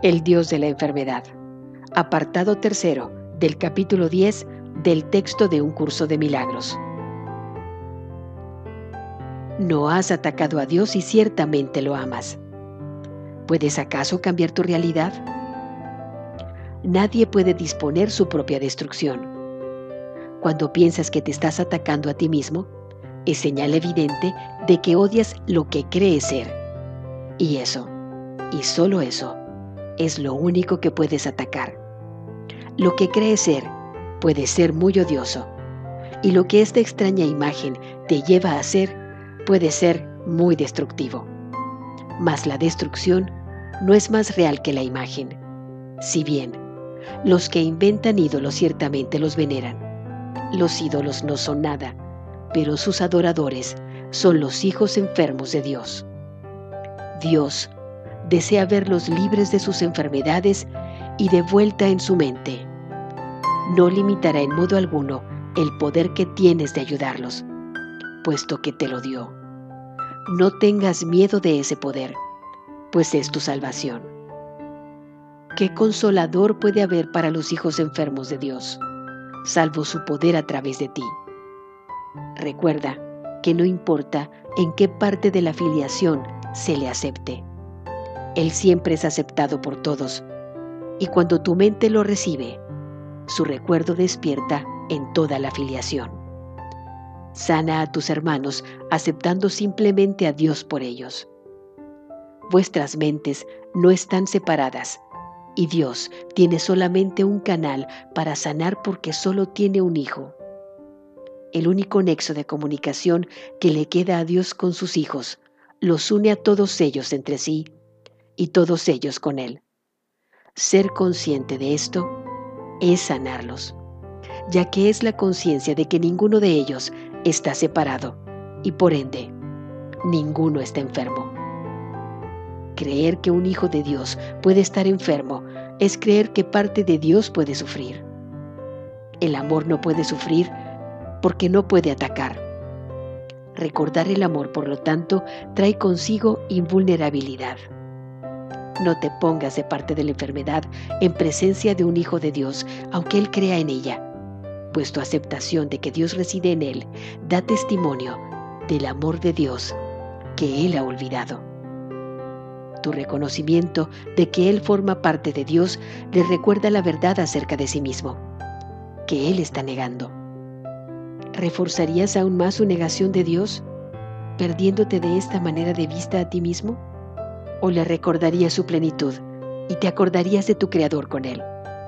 El Dios de la enfermedad. Apartado 3 del capítulo 10 del texto de Un curso de milagros. No has atacado a Dios y ciertamente lo amas. ¿Puedes acaso cambiar tu realidad? Nadie puede disponer su propia destrucción. Cuando piensas que te estás atacando a ti mismo, es señal evidente de que odias lo que crees ser. Y eso, y solo eso, es lo único que puedes atacar. Lo que crees ser puede ser muy odioso, y lo que esta extraña imagen te lleva a ser puede ser muy destructivo. Mas la destrucción no es más real que la imagen. Si bien los que inventan ídolos ciertamente los veneran, los ídolos no son nada, pero sus adoradores son los hijos enfermos de Dios. Dios desea verlos libres de sus enfermedades y de vuelta en su mente. No limitará en modo alguno el poder que tienes de ayudarlos, puesto que te lo dio. No tengas miedo de ese poder, pues es tu salvación. ¿Qué consolador puede haber para los hijos enfermos de Dios, salvo su poder a través de ti? Recuerda que no importa en qué parte de la filiación se le acepte. Él siempre es aceptado por todos, y cuando tu mente lo recibe, su recuerdo despierta en toda la filiación. Sana a tus hermanos aceptando simplemente a Dios por ellos. Vuestras mentes no están separadas, y Dios tiene solamente un canal para sanar porque solo tiene un hijo. El único nexo de comunicación que le queda a Dios con sus hijos los une a todos ellos entre sí y todos ellos con Él. Ser consciente de esto es sanarlos, ya que es la conciencia de que ninguno de ellos está separado y por ende, ninguno está enfermo. Creer que un hijo de Dios puede estar enfermo es creer que parte de Dios puede sufrir. El amor no puede sufrir porque no puede atacar. Recordar el amor, por lo tanto, trae consigo invulnerabilidad. No te pongas de parte de la enfermedad en presencia de un hijo de Dios, aunque Él crea en ella, pues tu aceptación de que Dios reside en Él da testimonio del amor de Dios que Él ha olvidado. Tu reconocimiento de que Él forma parte de Dios le recuerda la verdad acerca de sí mismo, que Él está negando. ¿Reforzarías aún más su negación de Dios, perdiéndote de esta manera de vista a ti mismo? ¿O le recordarías su plenitud y te acordarías de tu Creador con Él?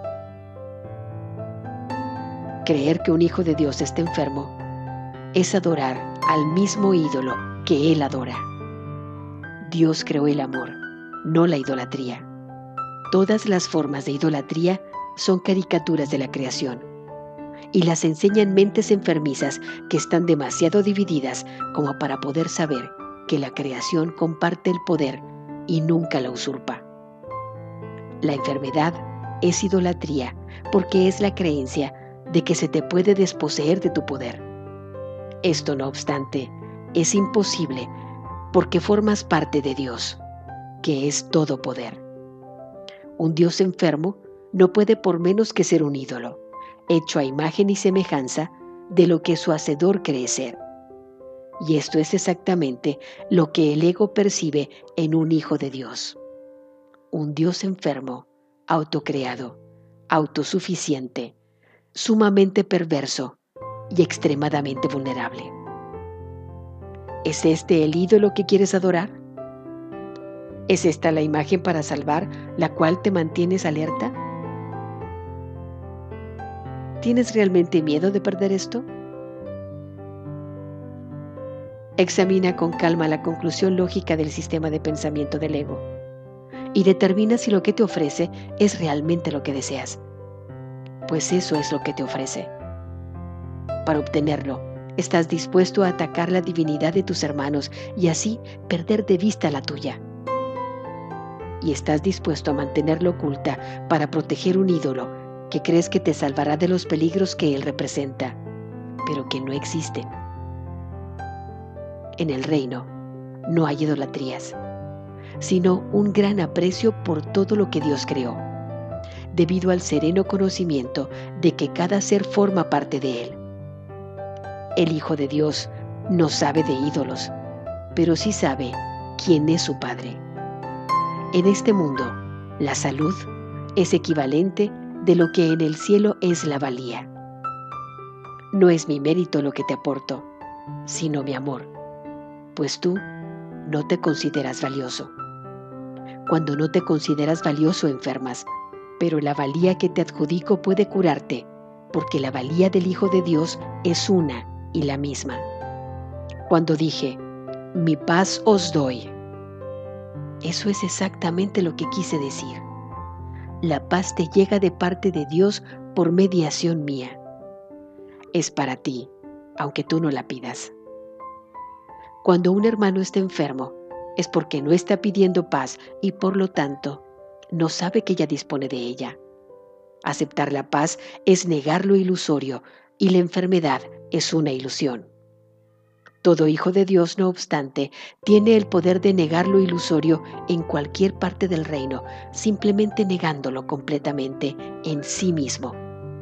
Creer que un hijo de Dios está enfermo es adorar al mismo ídolo que Él adora. Dios creó el amor, no la idolatría. Todas las formas de idolatría son caricaturas de la creación y las enseñan mentes enfermizas que están demasiado divididas como para poder saber que la creación comparte el poder y nunca la usurpa. La enfermedad es idolatría porque es la creencia de que se te puede desposeer de tu poder. Esto, no obstante, es imposible porque formas parte de Dios, que es todo poder. Un Dios enfermo no puede por menos que ser un ídolo, hecho a imagen y semejanza de lo que su hacedor cree ser. Y esto es exactamente lo que el ego percibe en un hijo de Dios. Un Dios enfermo, autocreado, autosuficiente, sumamente perverso y extremadamente vulnerable. ¿Es este el ídolo que quieres adorar? ¿Es esta la imagen para salvar, la cual te mantienes alerta? ¿Tienes realmente miedo de perder esto? Examina con calma la conclusión lógica del sistema de pensamiento del ego y determina si lo que te ofrece es realmente lo que deseas, pues eso es lo que te ofrece. Para obtenerlo, estás dispuesto a atacar la divinidad de tus hermanos y así perder de vista la tuya. Y estás dispuesto a mantenerlo oculta para proteger un ídolo que crees que te salvará de los peligros que él representa, pero que no existen. En el reino no hay idolatrías. sino un gran aprecio por todo lo que Dios creó, debido al sereno conocimiento de que cada ser forma parte de Él. El Hijo de Dios no sabe de ídolos, pero sí sabe quién es su Padre. En este mundo, la salud es equivalente de lo que en el cielo es la valía. No es mi mérito lo que te aporto, sino mi amor, pues tú no te consideras valioso. Cuando no te consideras valioso enfermas, pero la valía que te adjudico puede curarte, porque la valía del Hijo de Dios es una y la misma. Cuando dije, mi paz os doy, eso es exactamente lo que quise decir. La paz te llega de parte de Dios por mediación mía. Es para ti, aunque tú no la pidas. Cuando un hermano está enfermo, es porque no está pidiendo paz y por lo tanto no sabe que ella dispone de ella. Aceptar la paz es negar lo ilusorio y la enfermedad es una ilusión. Todo hijo de Dios, no obstante, tiene el poder de negar lo ilusorio en cualquier parte del reino, simplemente negándolo completamente en sí mismo.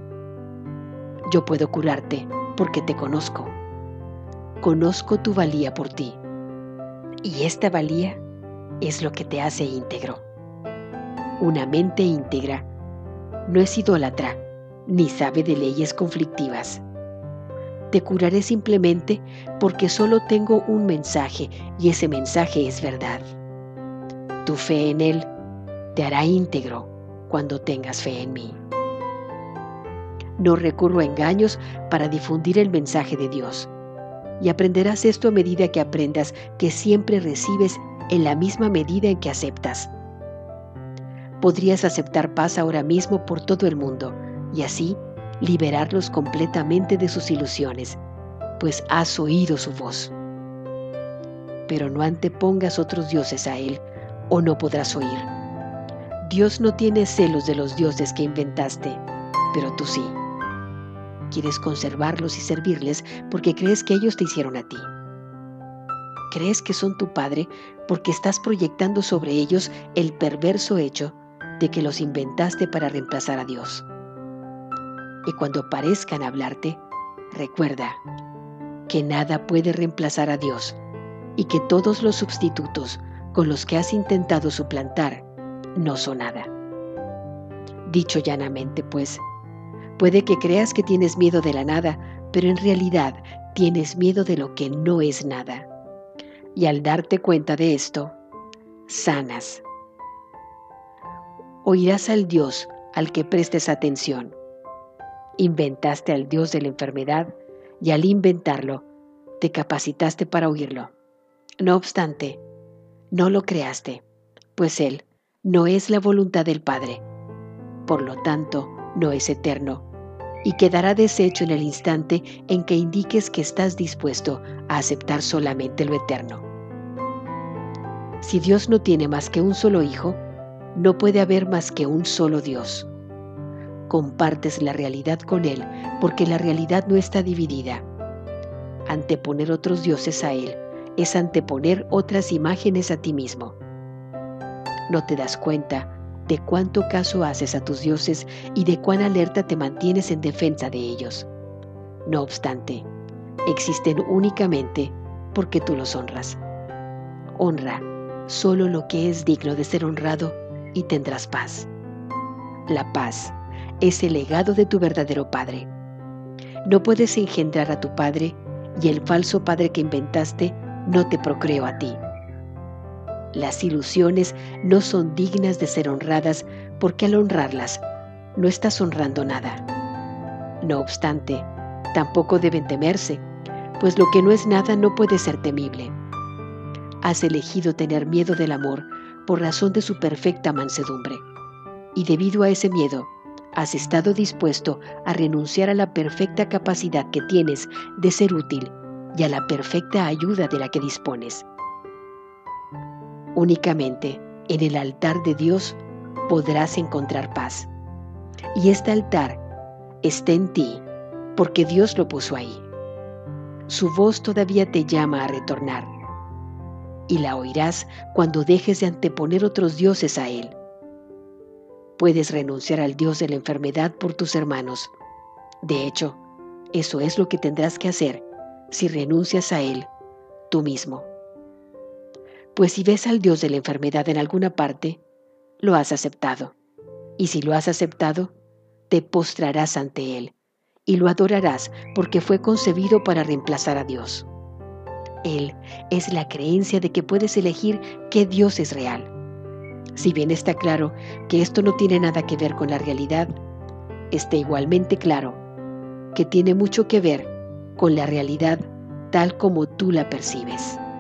Yo puedo curarte porque te conozco. Conozco tu valía por ti. Y esta valía es lo que te hace íntegro. Una mente íntegra no es idólatra, ni sabe de leyes conflictivas. Te curaré simplemente porque solo tengo un mensaje y ese mensaje es verdad. Tu fe en Él te hará íntegro cuando tengas fe en mí. No recurro a engaños para difundir el mensaje de Dios. Y aprenderás esto a medida que aprendas que siempre recibes en la misma medida en que aceptas. Podrías aceptar paz ahora mismo por todo el mundo y así liberarlos completamente de sus ilusiones, pues has oído su voz. Pero no antepongas otros dioses a Él, o no podrás oír. Dios no tiene celos de los dioses que inventaste, pero tú sí. Quieres conservarlos y servirles porque crees que ellos te hicieron a ti. Crees que son tu padre porque estás proyectando sobre ellos el perverso hecho de que los inventaste para reemplazar a Dios. Y cuando parezcan hablarte, recuerda que nada puede reemplazar a Dios y que todos los sustitutos con los que has intentado suplantar no son nada. Dicho llanamente, pues, puede que creas que tienes miedo de la nada, pero en realidad tienes miedo de lo que no es nada. Y al darte cuenta de esto, sanas. Oirás al Dios al que prestes atención. Inventaste al Dios de la enfermedad y al inventarlo, te capacitaste para oírlo. No obstante, no lo creaste, pues Él no es la voluntad del Padre. Por lo tanto, no es eterno y quedará deshecho en el instante en que indiques que estás dispuesto a aceptar solamente lo eterno. Si Dios no tiene más que un solo hijo, no puede haber más que un solo Dios. Compartes la realidad con Él porque la realidad no está dividida. Anteponer otros dioses a Él es anteponer otras imágenes a ti mismo. No te das cuenta de cuánto caso haces a tus dioses y de cuán alerta te mantienes en defensa de ellos. No obstante, existen únicamente porque tú los honras. Honra solo lo que es digno de ser honrado y tendrás paz. La paz es el legado de tu verdadero Padre. No puedes engendrar a tu Padre y el falso Padre que inventaste no te procreó a ti. Las ilusiones no son dignas de ser honradas porque al honrarlas no estás honrando nada. No obstante, tampoco deben temerse, pues lo que no es nada no puede ser temible. Has elegido tener miedo del amor por razón de su perfecta mansedumbre, y debido a ese miedo, has estado dispuesto a renunciar a la perfecta capacidad que tienes de ser útil y a la perfecta ayuda de la que dispones. Únicamente en el altar de Dios podrás encontrar paz. Y este altar está en ti porque Dios lo puso ahí. Su voz todavía te llama a retornar. y la oirás cuando dejes de anteponer otros dioses a Él. Puedes renunciar al Dios de la enfermedad por tus hermanos. De hecho, eso es lo que tendrás que hacer si renuncias a Él tú mismo. Pues si ves al Dios de la enfermedad en alguna parte, lo has aceptado. Y si lo has aceptado, te postrarás ante Él y lo adorarás porque fue concebido para reemplazar a Dios. Él es la creencia de que puedes elegir qué Dios es real. Si bien está claro que esto no tiene nada que ver con la realidad, está igualmente claro que tiene mucho que ver con la realidad tal como tú la percibes.